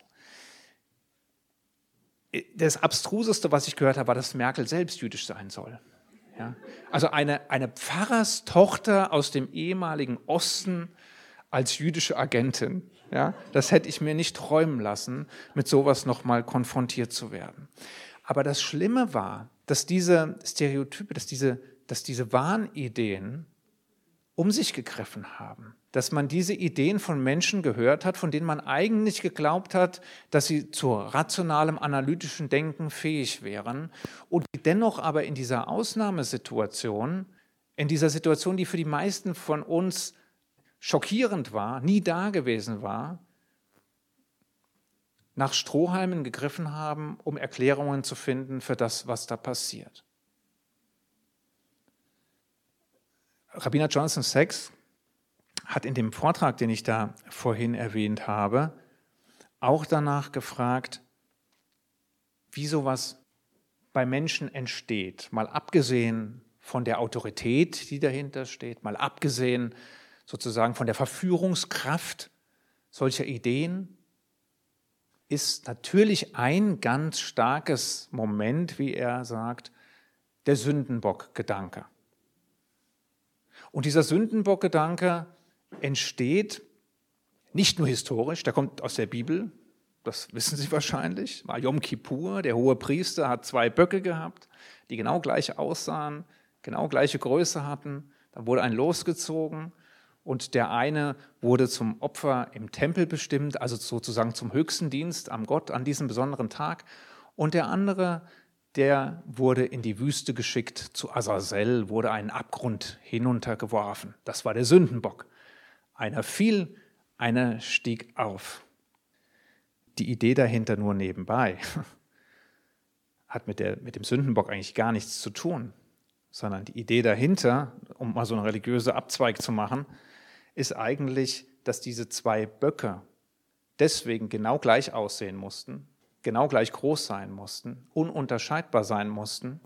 Das Abstruseste, was ich gehört habe, war, dass Merkel selbst jüdisch sein soll. Ja? Also eine, eine Pfarrerstochter aus dem ehemaligen Osten als jüdische Agentin. Ja? Das hätte ich mir nicht träumen lassen, mit sowas nochmal konfrontiert zu werden. Aber das Schlimme war, dass diese Stereotype, dass diese, dass diese Wahnideen um sich gegriffen haben. Dass man diese Ideen von Menschen gehört hat, von denen man eigentlich geglaubt hat, dass sie zu rationalem, analytischen Denken fähig wären und die dennoch aber in dieser Ausnahmesituation, in dieser Situation, die für die meisten von uns schockierend war, nie da gewesen war, nach Strohhalmen gegriffen haben, um Erklärungen zu finden für das, was da passiert. Rabbiner Jonathan Sacks hat in dem Vortrag, den ich da vorhin erwähnt habe, auch danach gefragt, wie sowas bei Menschen entsteht, mal abgesehen von der Autorität, die dahinter steht, mal abgesehen sozusagen von der Verführungskraft solcher Ideen, ist natürlich ein ganz starkes Moment, wie er sagt, der Sündenbock-Gedanke. Und dieser Sündenbock-Gedanke entsteht nicht nur historisch, der kommt aus der Bibel, das wissen Sie wahrscheinlich, war Yom Kippur, der hohe Priester hat zwei Böcke gehabt, die genau gleich aussahen, genau gleiche Größe hatten, da wurde ein losgezogen und der eine wurde zum Opfer im Tempel bestimmt, also sozusagen zum höchsten Dienst am Gott an diesem besonderen Tag, und der andere, der wurde in die Wüste geschickt, zu Azazel, wurde einen Abgrund hinuntergeworfen. Das war der Sündenbock. Einer fiel, einer stieg auf. Die Idee dahinter nur nebenbei hat mit, der, mit dem Sündenbock eigentlich gar nichts zu tun, sondern die Idee dahinter, um mal so einen religiösen Abzweig zu machen, ist eigentlich, dass diese zwei Böcke deswegen genau gleich aussehen mussten, genau gleich groß sein mussten, ununterscheidbar sein mussten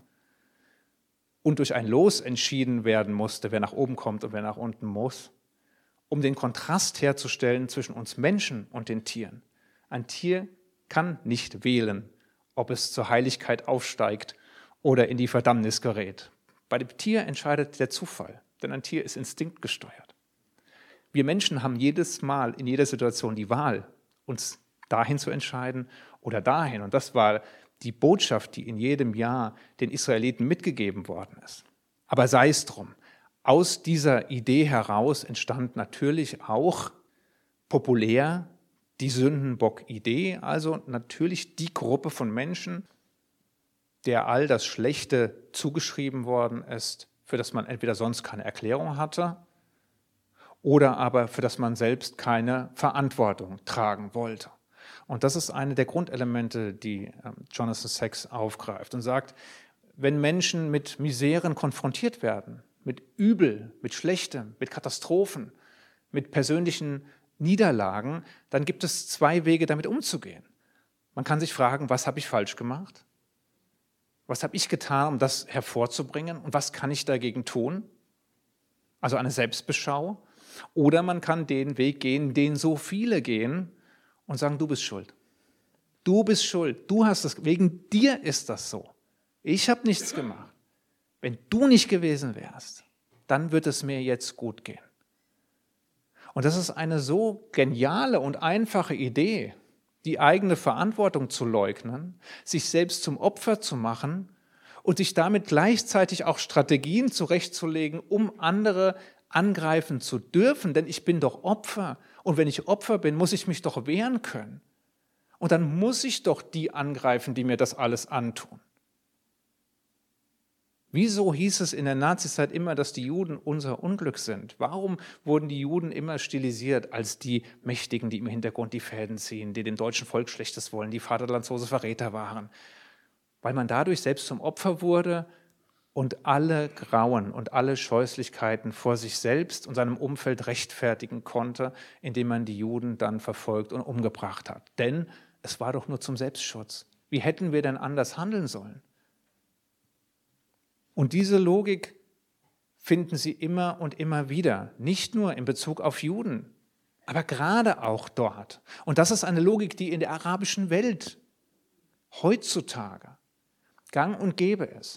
und durch ein Los entschieden werden musste, wer nach oben kommt und wer nach unten muss, um den Kontrast herzustellen zwischen uns Menschen und den Tieren. Ein Tier kann nicht wählen, ob es zur Heiligkeit aufsteigt oder in die Verdammnis gerät. Bei dem Tier entscheidet der Zufall, denn ein Tier ist instinktgesteuert. Wir Menschen haben jedes Mal in jeder Situation die Wahl, uns dahin zu entscheiden oder dahin. Und das war die Botschaft, die in jedem Jahr den Israeliten mitgegeben worden ist. Aber sei es drum. Aus dieser Idee heraus entstand natürlich auch populär die Sündenbock-Idee, also natürlich die Gruppe von Menschen, der all das Schlechte zugeschrieben worden ist, für das man entweder sonst keine Erklärung hatte oder aber für das man selbst keine Verantwortung tragen wollte. Und das ist eine der Grundelemente, die Jonathan Sacks aufgreift und sagt, wenn Menschen mit Miseren konfrontiert werden, mit Übel, mit Schlechtem, mit Katastrophen, mit persönlichen Niederlagen, dann gibt es zwei Wege, damit umzugehen. Man kann sich fragen, was habe ich falsch gemacht? Was habe ich getan, um das hervorzubringen? Und was kann ich dagegen tun? Also eine Selbstbeschau. Oder man kann den Weg gehen, den so viele gehen und sagen, du bist schuld. Du bist schuld. Du hast es, wegen dir ist das so. Ich habe nichts gemacht. Wenn du nicht gewesen wärst, dann wird es mir jetzt gut gehen. Und das ist eine so geniale und einfache Idee, die eigene Verantwortung zu leugnen, sich selbst zum Opfer zu machen und sich damit gleichzeitig auch Strategien zurechtzulegen, um andere angreifen zu dürfen, denn ich bin doch Opfer. Und wenn ich Opfer bin, muss ich mich doch wehren können. Und dann muss ich doch die angreifen, die mir das alles antun. Wieso hieß es in der Nazizeit immer, dass die Juden unser Unglück sind? Warum wurden die Juden immer stilisiert als die Mächtigen, die im Hintergrund die Fäden ziehen, die dem deutschen Volk Schlechtes wollen, die vaterlandslose Verräter waren? Weil man dadurch selbst zum Opfer wurde und alle Grauen und alle Scheußlichkeiten vor sich selbst und seinem Umfeld rechtfertigen konnte, indem man die Juden dann verfolgt und umgebracht hat. Denn es war doch nur zum Selbstschutz. Wie hätten wir denn anders handeln sollen? Und diese Logik finden Sie immer und immer wieder, nicht nur in Bezug auf Juden, aber gerade auch dort. Und das ist eine Logik, die in der arabischen Welt heutzutage gang und gäbe ist.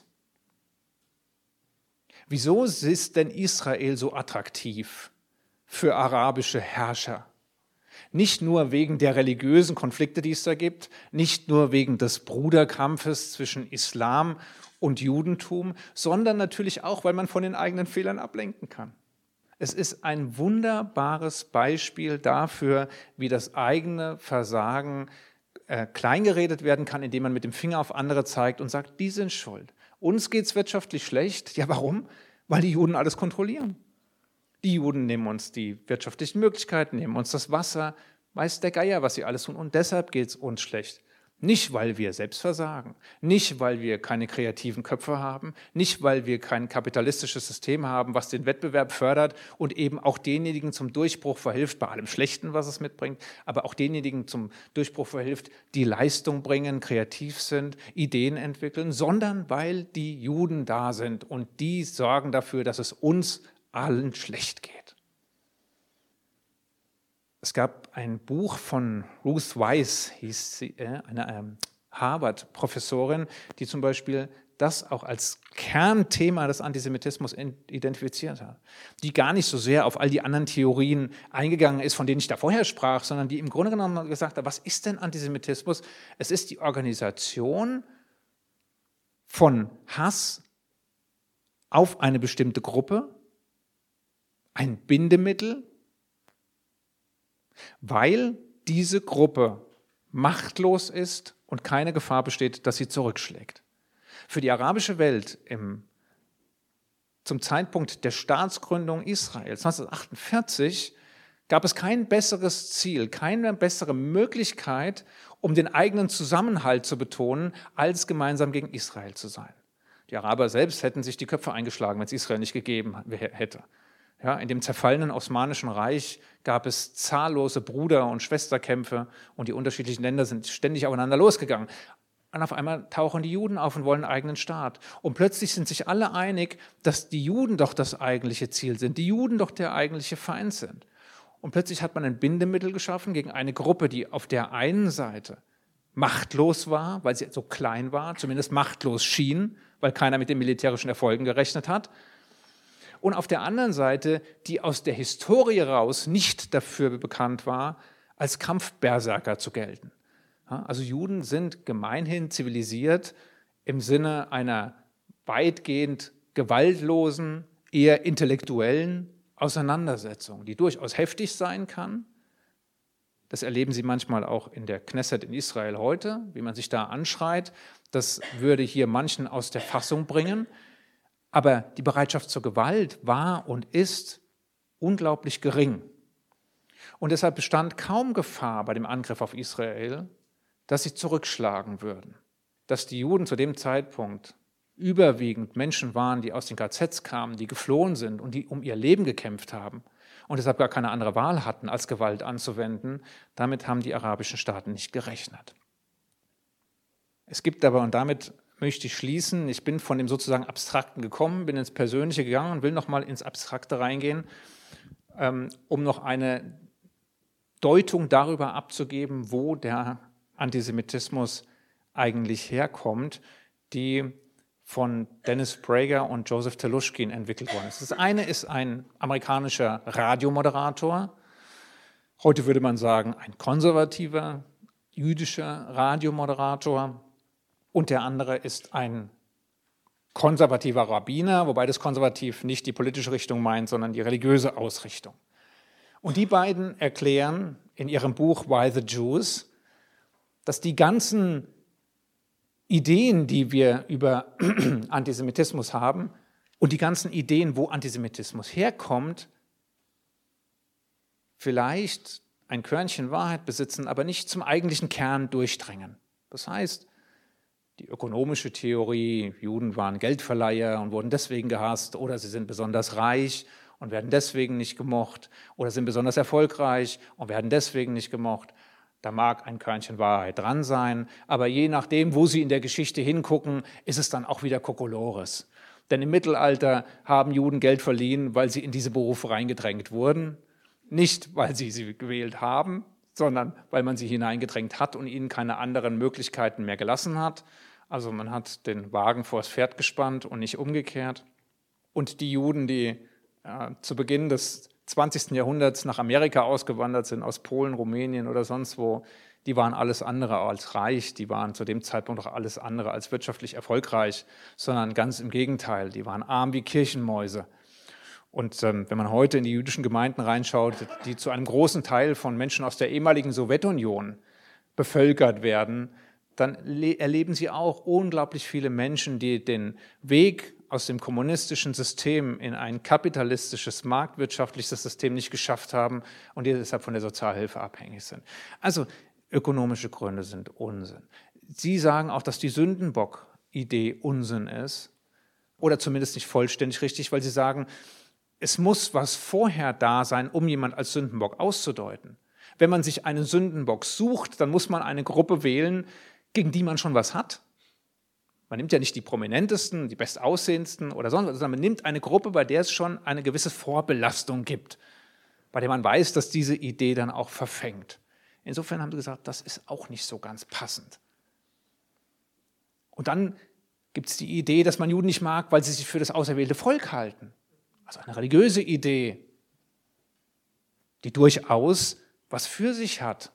Wieso ist denn Israel so attraktiv für arabische Herrscher? Nicht nur wegen der religiösen Konflikte, die es da gibt, nicht nur wegen des Bruderkampfes zwischen Islam und Judentum, sondern natürlich auch, weil man von den eigenen Fehlern ablenken kann. Es ist ein wunderbares Beispiel dafür, wie das eigene Versagen äh, kleingeredet werden kann, indem man mit dem Finger auf andere zeigt und sagt, die sind schuld. Uns geht es wirtschaftlich schlecht. Ja, warum? Weil die Juden alles kontrollieren. Die Juden nehmen uns die wirtschaftlichen Möglichkeiten, nehmen uns das Wasser, weiß der Geier, was sie alles tun. Und deshalb geht es uns schlecht. Nicht, weil wir selbst versagen, nicht, weil wir keine kreativen Köpfe haben, nicht, weil wir kein kapitalistisches System haben, was den Wettbewerb fördert und eben auch denjenigen zum Durchbruch verhilft, bei allem Schlechten, was es mitbringt, aber auch denjenigen zum Durchbruch verhilft, die Leistung bringen, kreativ sind, Ideen entwickeln, sondern weil die Juden da sind und die sorgen dafür, dass es uns allen schlecht geht. Es gab ein Buch von Ruth Weiss, hieß sie, äh, eine ähm, Harvard-Professorin, die zum Beispiel das auch als Kernthema des Antisemitismus identifiziert hat, die gar nicht so sehr auf all die anderen Theorien eingegangen ist, von denen ich da vorher sprach, sondern die im Grunde genommen gesagt hat, was ist denn Antisemitismus? Es ist die Organisation von Hass auf eine bestimmte Gruppe, ein Bindemittel, weil diese Gruppe machtlos ist und keine Gefahr besteht, dass sie zurückschlägt. Für die arabische Welt im, zum Zeitpunkt der Staatsgründung Israels neunzehnhundertachtundvierzig gab es kein besseres Ziel, keine bessere Möglichkeit, um den eigenen Zusammenhalt zu betonen, als gemeinsam gegen Israel zu sein. Die Araber selbst hätten sich die Köpfe eingeschlagen, wenn es Israel nicht gegeben hätte. Ja, in dem zerfallenen Osmanischen Reich gab es zahllose Bruder- und Schwesterkämpfe und die unterschiedlichen Länder sind ständig aufeinander losgegangen. Und auf einmal tauchen die Juden auf und wollen einen eigenen Staat. Und plötzlich sind sich alle einig, dass die Juden doch das eigentliche Ziel sind, die Juden doch der eigentliche Feind sind. Und plötzlich hat man ein Bindemittel geschaffen gegen eine Gruppe, die auf der einen Seite machtlos war, weil sie so klein war, zumindest machtlos schien, weil keiner mit den militärischen Erfolgen gerechnet hat. Und auf der anderen Seite, die aus der Historie raus nicht dafür bekannt war, als Kampfberserker zu gelten. Also Juden sind gemeinhin zivilisiert im Sinne einer weitgehend gewaltlosen, eher intellektuellen Auseinandersetzung, die durchaus heftig sein kann. Das erleben Sie manchmal auch in der Knesset in Israel heute, wie man sich da anschreit. Das würde hier manchen aus der Fassung bringen. Aber die Bereitschaft zur Gewalt war und ist unglaublich gering. Und deshalb bestand kaum Gefahr bei dem Angriff auf Israel, dass sie zurückschlagen würden. Dass die Juden zu dem Zeitpunkt überwiegend Menschen waren, die aus den K Zs kamen, die geflohen sind und die um ihr Leben gekämpft haben und deshalb gar keine andere Wahl hatten, als Gewalt anzuwenden, damit haben die arabischen Staaten nicht gerechnet. Es gibt aber, und damit möchte ich schließen, ich bin von dem sozusagen Abstrakten gekommen, bin ins Persönliche gegangen und will nochmal ins Abstrakte reingehen, um noch eine Deutung darüber abzugeben, wo der Antisemitismus eigentlich herkommt, die von Dennis Prager und Joseph Telushkin entwickelt worden ist. Das eine ist ein amerikanischer Radiomoderator, heute würde man sagen ein konservativer jüdischer Radiomoderator, und der andere ist ein konservativer Rabbiner, wobei das konservativ nicht die politische Richtung meint, sondern die religiöse Ausrichtung. Und die beiden erklären in ihrem Buch Why the Jews, dass die ganzen Ideen, die wir über Antisemitismus haben und die ganzen Ideen, wo Antisemitismus herkommt, vielleicht ein Körnchen Wahrheit besitzen, aber nicht zum eigentlichen Kern durchdringen. Das heißt, die ökonomische Theorie, Juden waren Geldverleiher und wurden deswegen gehasst, oder sie sind besonders reich und werden deswegen nicht gemocht, oder sind besonders erfolgreich und werden deswegen nicht gemocht. Da mag ein Körnchen Wahrheit dran sein, aber je nachdem, wo Sie in der Geschichte hingucken, ist es dann auch wieder Kokolores. Denn im Mittelalter haben Juden Geld verliehen, weil sie in diese Berufe reingedrängt wurden. Nicht, weil sie sie gewählt haben, sondern weil man sie hineingedrängt hat und ihnen keine anderen Möglichkeiten mehr gelassen hat. Also man hat den Wagen vors Pferd gespannt und nicht umgekehrt. Und die Juden, die äh, zu Beginn des zwanzigsten Jahrhunderts nach Amerika ausgewandert sind, aus Polen, Rumänien oder sonst wo, die waren alles andere als reich, die waren zu dem Zeitpunkt auch alles andere als wirtschaftlich erfolgreich, sondern ganz im Gegenteil, die waren arm wie Kirchenmäuse. Und ähm, wenn man heute in die jüdischen Gemeinden reinschaut, die zu einem großen Teil von Menschen aus der ehemaligen Sowjetunion bevölkert werden, dann erleben sie auch unglaublich viele Menschen, die den Weg aus dem kommunistischen System in ein kapitalistisches, marktwirtschaftliches System nicht geschafft haben und die deshalb von der Sozialhilfe abhängig sind. Also ökonomische Gründe sind Unsinn. Sie sagen auch, dass die Sündenbock-Idee Unsinn ist oder zumindest nicht vollständig richtig, weil sie sagen, es muss was vorher da sein, um jemand als Sündenbock auszudeuten. Wenn man sich einen Sündenbock sucht, dann muss man eine Gruppe wählen, gegen die man schon was hat. Man nimmt ja nicht die prominentesten, die bestaussehendsten oder sonst was, sondern man nimmt eine Gruppe, bei der es schon eine gewisse Vorbelastung gibt, bei der man weiß, dass diese Idee dann auch verfängt. Insofern haben sie gesagt, das ist auch nicht so ganz passend. Und dann gibt es die Idee, dass man Juden nicht mag, weil sie sich für das auserwählte Volk halten. Also eine religiöse Idee, die durchaus was für sich hat.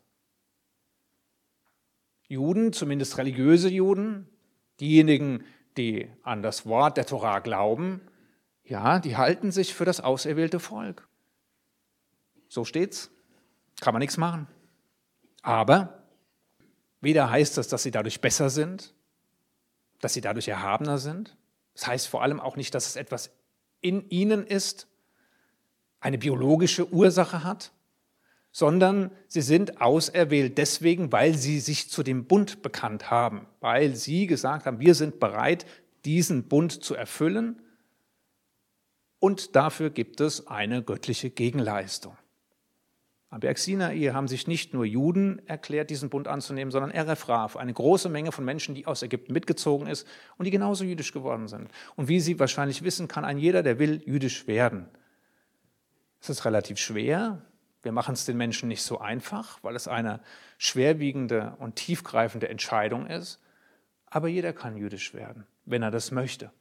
Juden, zumindest religiöse Juden, diejenigen, die an das Wort der Torah glauben, ja, die halten sich für das auserwählte Volk. So steht's, kann man nichts machen. Aber weder heißt das, dass sie dadurch besser sind, dass sie dadurch erhabener sind. Das heißt vor allem auch nicht, dass es etwas in ihnen ist, eine biologische Ursache hat, sondern sie sind auserwählt deswegen, weil sie sich zu dem Bund bekannt haben, weil sie gesagt haben, wir sind bereit, diesen Bund zu erfüllen und dafür gibt es eine göttliche Gegenleistung. Am Berg Sinai haben sich nicht nur Juden erklärt, diesen Bund anzunehmen, sondern Eref Rav, eine große Menge von Menschen, die aus Ägypten mitgezogen ist und die genauso jüdisch geworden sind. Und wie Sie wahrscheinlich wissen, kann ein jeder, der will, jüdisch werden. Es ist relativ schwer. Wir machen es den Menschen nicht so einfach, weil es eine schwerwiegende und tiefgreifende Entscheidung ist. Aber jeder kann jüdisch werden, wenn er das möchte.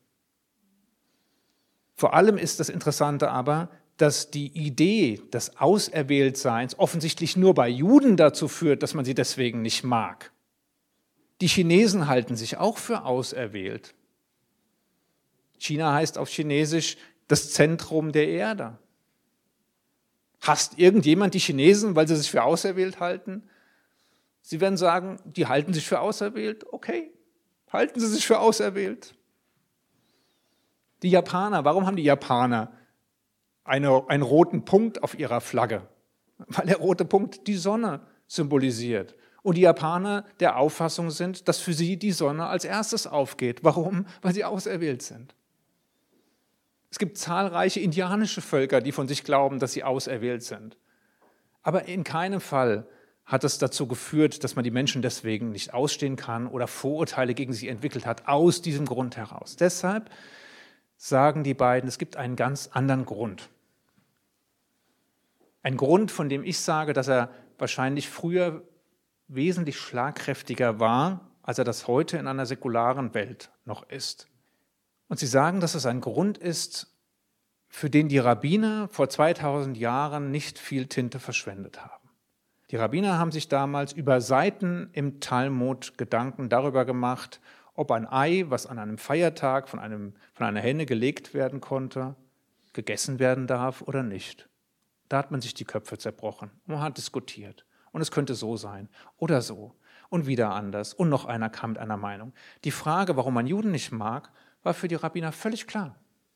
Vor allem ist das Interessante aber, dass die Idee des Auserwähltseins offensichtlich nur bei Juden dazu führt, dass man sie deswegen nicht mag. Die Chinesen halten sich auch für auserwählt. China heißt auf Chinesisch das Zentrum der Erde. Hasst irgendjemand die Chinesen, weil sie sich für auserwählt halten? Sie werden sagen, die halten sich für auserwählt. Okay, halten sie sich für auserwählt. Die Japaner, warum haben die Japaner eine, einen roten Punkt auf ihrer Flagge? Weil der rote Punkt die Sonne symbolisiert. Und die Japaner der Auffassung sind, dass für sie die Sonne als erstes aufgeht. Warum? Weil sie auserwählt sind. Es gibt zahlreiche indianische Völker, die von sich glauben, dass sie auserwählt sind. Aber in keinem Fall hat es dazu geführt, dass man die Menschen deswegen nicht ausstehen kann oder Vorurteile gegen sie entwickelt hat, aus diesem Grund heraus. Deshalb sagen die beiden, es gibt einen ganz anderen Grund. Ein Grund, von dem ich sage, dass er wahrscheinlich früher wesentlich schlagkräftiger war, als er das heute in einer säkularen Welt noch ist. Und sie sagen, dass es ein Grund ist, für den die Rabbiner vor zweitausend Jahren nicht viel Tinte verschwendet haben. Die Rabbiner haben sich damals über Seiten im Talmud Gedanken darüber gemacht, ob ein Ei, was an einem Feiertag von, einem, von einer Henne gelegt werden konnte, gegessen werden darf oder nicht. Da hat man sich die Köpfe zerbrochen und man hat diskutiert. Und es könnte so sein oder so und wieder anders. Und noch einer kam mit einer Meinung. Die Frage, warum man Juden nicht mag, war für die Rabbiner völlig klar.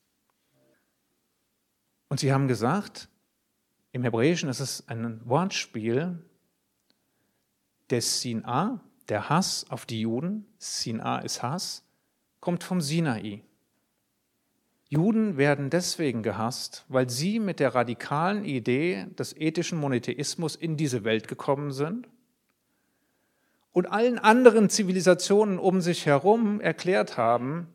Und sie haben gesagt, im Hebräischen ist es ein Wortspiel, der Sin'a, der Hass auf die Juden, Sin'a ist Hass, kommt vom Sinai. Juden werden deswegen gehasst, weil sie mit der radikalen Idee des ethischen Monotheismus in diese Welt gekommen sind und allen anderen Zivilisationen um sich herum erklärt haben,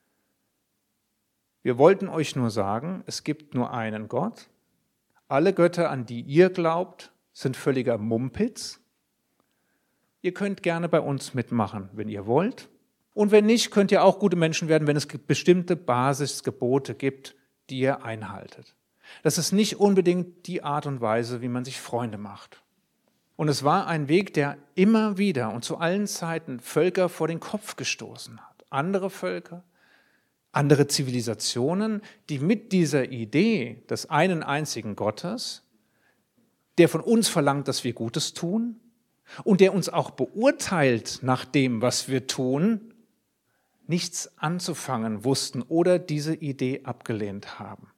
wir wollten euch nur sagen, es gibt nur einen Gott. Alle Götter, an die ihr glaubt, sind völliger Mumpitz. Ihr könnt gerne bei uns mitmachen, wenn ihr wollt. Und wenn nicht, könnt ihr auch gute Menschen werden, wenn es bestimmte Basisgebote gibt, die ihr einhaltet. Das ist nicht unbedingt die Art und Weise, wie man sich Freunde macht. Und es war ein Weg, der immer wieder und zu allen Zeiten Völker vor den Kopf gestoßen hat. Andere Völker, andere Zivilisationen, die mit dieser Idee des einen einzigen Gottes, der von uns verlangt, dass wir Gutes tun und der uns auch beurteilt nach dem, was wir tun, nichts anzufangen wussten oder diese Idee abgelehnt haben.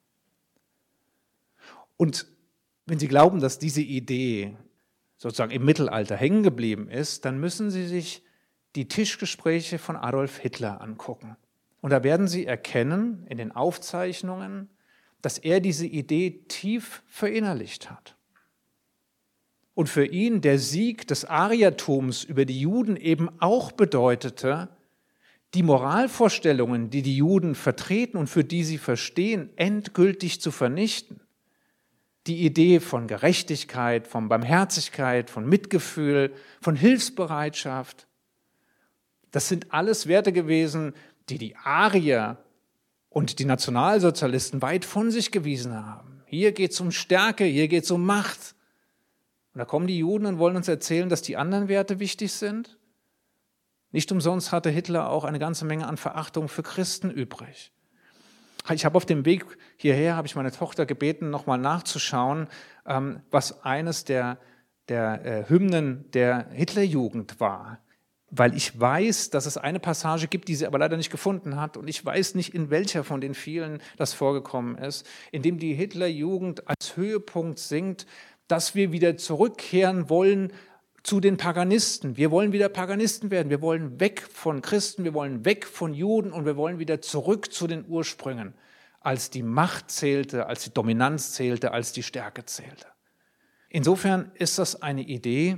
Und wenn Sie glauben, dass diese Idee sozusagen im Mittelalter hängen geblieben ist, dann müssen Sie sich die Tischgespräche von Adolf Hitler angucken. Und da werden Sie erkennen in den Aufzeichnungen, dass er diese Idee tief verinnerlicht hat. Und für ihn der Sieg des Ariertums über die Juden eben auch bedeutete, die Moralvorstellungen, die die Juden vertreten und für die sie verstehen, endgültig zu vernichten. Die Idee von Gerechtigkeit, von Barmherzigkeit, von Mitgefühl, von Hilfsbereitschaft, das sind alles Werte gewesen, die die Arier und die Nationalsozialisten weit von sich gewiesen haben. Hier geht es um Stärke, hier geht es um Macht. Und da kommen die Juden und wollen uns erzählen, dass die anderen Werte wichtig sind. Nicht umsonst hatte Hitler auch eine ganze Menge an Verachtung für Christen übrig. Ich habe auf dem Weg hierher, habe ich meine Tochter gebeten, nochmal nachzuschauen, was eines der, der Hymnen der Hitlerjugend war. Weil ich weiß, dass es eine Passage gibt, die sie aber leider nicht gefunden hat. Und ich weiß nicht, in welcher von den vielen das vorgekommen ist, in dem die Hitlerjugend als Höhepunkt singt, dass wir wieder zurückkehren wollen zu den Paganisten. Wir wollen wieder Paganisten werden. Wir wollen weg von Christen, wir wollen weg von Juden und wir wollen wieder zurück zu den Ursprüngen, als die Macht zählte, als die Dominanz zählte, als die Stärke zählte. Insofern ist das eine Idee,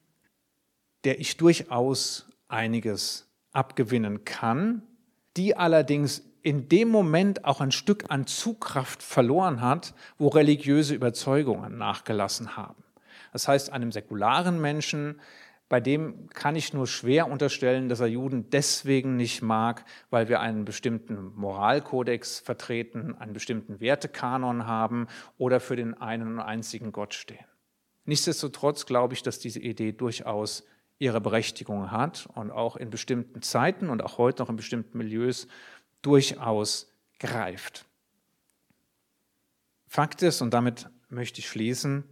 der ich durchaus einiges abgewinnen kann, die allerdings in dem Moment auch ein Stück an Zugkraft verloren hat, wo religiöse Überzeugungen nachgelassen haben. Das heißt, einem säkularen Menschen, bei dem kann ich nur schwer unterstellen, dass er Juden deswegen nicht mag, weil wir einen bestimmten Moralkodex vertreten, einen bestimmten Wertekanon haben oder für den einen und einzigen Gott stehen. Nichtsdestotrotz glaube ich, dass diese Idee durchaus ihre Berechtigung hat und auch in bestimmten Zeiten und auch heute noch in bestimmten Milieus durchaus greift. Fakt ist, und damit möchte ich schließen,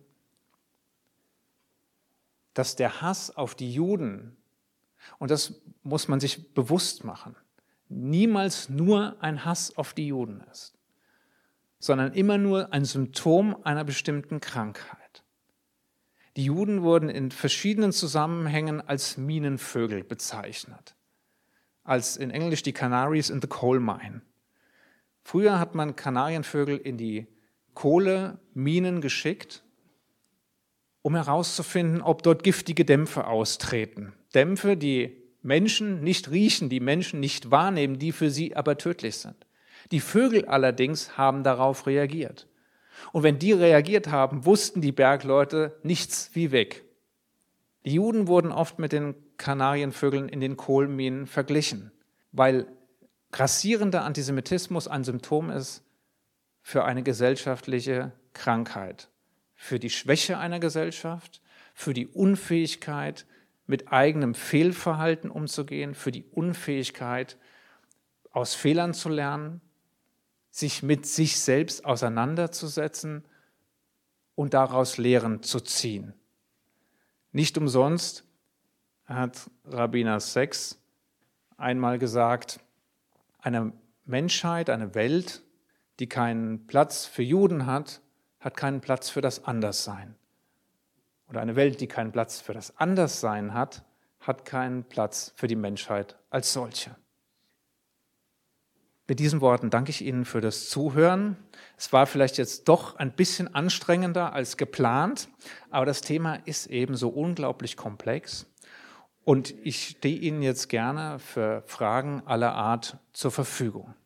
dass der Hass auf die Juden, und das muss man sich bewusst machen, niemals nur ein Hass auf die Juden ist, sondern immer nur ein Symptom einer bestimmten Krankheit. Die Juden wurden in verschiedenen Zusammenhängen als Minenvögel bezeichnet, als in Englisch die Canaries in the coal mine. Früher hat man Kanarienvögel in die Kohleminen geschickt, um herauszufinden, ob dort giftige Dämpfe austreten. Dämpfe, die Menschen nicht riechen, die Menschen nicht wahrnehmen, die für sie aber tödlich sind. Die Vögel allerdings haben darauf reagiert. Und wenn die reagiert haben, wussten die Bergleute nichts wie weg. Die Juden wurden oft mit den Kanarienvögeln in den Kohleminen verglichen, weil grassierender Antisemitismus ein Symptom ist für eine gesellschaftliche Krankheit, für die Schwäche einer Gesellschaft, für die Unfähigkeit, mit eigenem Fehlverhalten umzugehen, für die Unfähigkeit, aus Fehlern zu lernen, sich mit sich selbst auseinanderzusetzen und daraus Lehren zu ziehen. Nicht umsonst hat Rabbiner Sacks einmal gesagt, eine Menschheit, eine Welt, die keinen Platz für Juden hat, hat keinen Platz für das Anderssein. Oder eine Welt, die keinen Platz für das Anderssein hat, hat keinen Platz für die Menschheit als solche. Mit diesen Worten danke ich Ihnen für das Zuhören. Es war vielleicht jetzt doch ein bisschen anstrengender als geplant, aber das Thema ist eben so unglaublich komplex. Und ich stehe Ihnen jetzt gerne für Fragen aller Art zur Verfügung.